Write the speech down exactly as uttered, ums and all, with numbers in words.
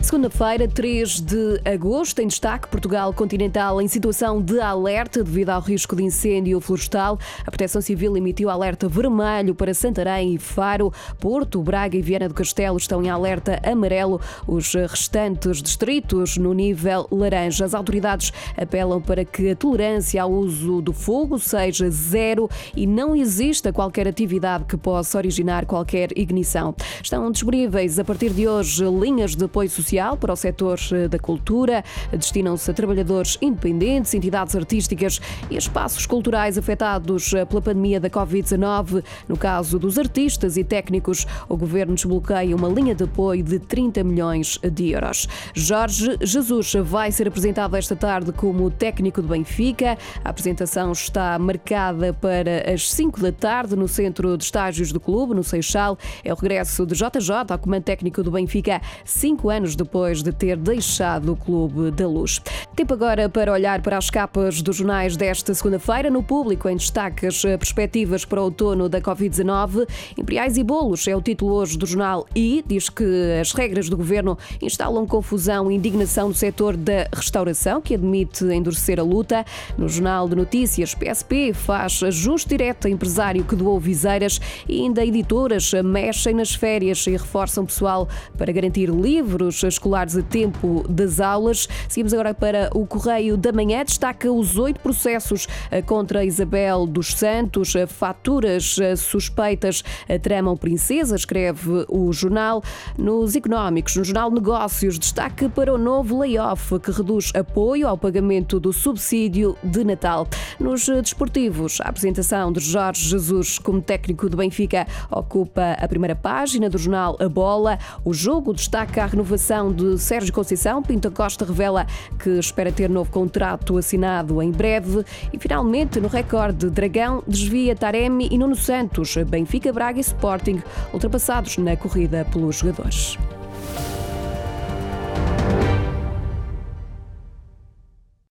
Segunda-feira, três de agosto, em destaque, Portugal continental em situação de alerta devido ao risco de incêndio florestal. A Proteção Civil emitiu alerta vermelho para Santarém e Faro. Porto, Braga e Viana do Castelo estão em alerta amarelo. Os restantes distritos no nível laranja. As autoridades apelam para que a tolerância ao uso do fogo seja zero e não exista qualquer atividade que possa originar qualquer ignição. Estão disponíveis a partir de hoje linhas de apoio social para o setor da cultura. Destinam-se a trabalhadores independentes, entidades artísticas e espaços culturais afetados pela pandemia da covid dezanove. No caso dos artistas e técnicos, o Governo desbloqueia uma linha de apoio de trinta milhões de euros. Jorge Jesus vai ser apresentado esta tarde como técnico do Benfica. A apresentação está marcada para as cinco da tarde no centro de estágios do clube, no Seixal. É o regresso de J J ao comando técnico do Benfica, cinco anos depois de ter deixado o Clube da Luz. Tempo agora para olhar para as capas dos jornais desta segunda-feira. No Público, em destaque, as perspectivas para o outono da covid dezanove. Imperiais e bolos é o título hoje do jornal I. Diz que as regras do governo instalam confusão e indignação no setor da restauração, que admite endurecer a luta. No Jornal de Notícias, P S P faz ajuste direto a empresário que doou viseiras e ainda editoras mexem nas férias e reforçam pessoal para garantir livros escolares a tempo das aulas. Seguimos agora para o Correio da Manhã. Destaca os oito processos contra Isabel dos Santos. Faturas suspeitas tramam princesa, escreve o jornal. Nos Económicos, no Jornal Negócios, destaque para o novo layoff que reduz apoio ao pagamento do subsídio de Natal. Nos Desportivos, a apresentação de Jorge Jesus como técnico do Benfica ocupa a primeira página do jornal A Bola. O jogo destaca a renovação de Sérgio Conceição. Pinto Costa revela que espera ter novo contrato assinado em breve. E finalmente, no recorde, Dragão desvia Taremi e Nuno Santos. Benfica, Braga e Sporting ultrapassados na corrida pelos jogadores.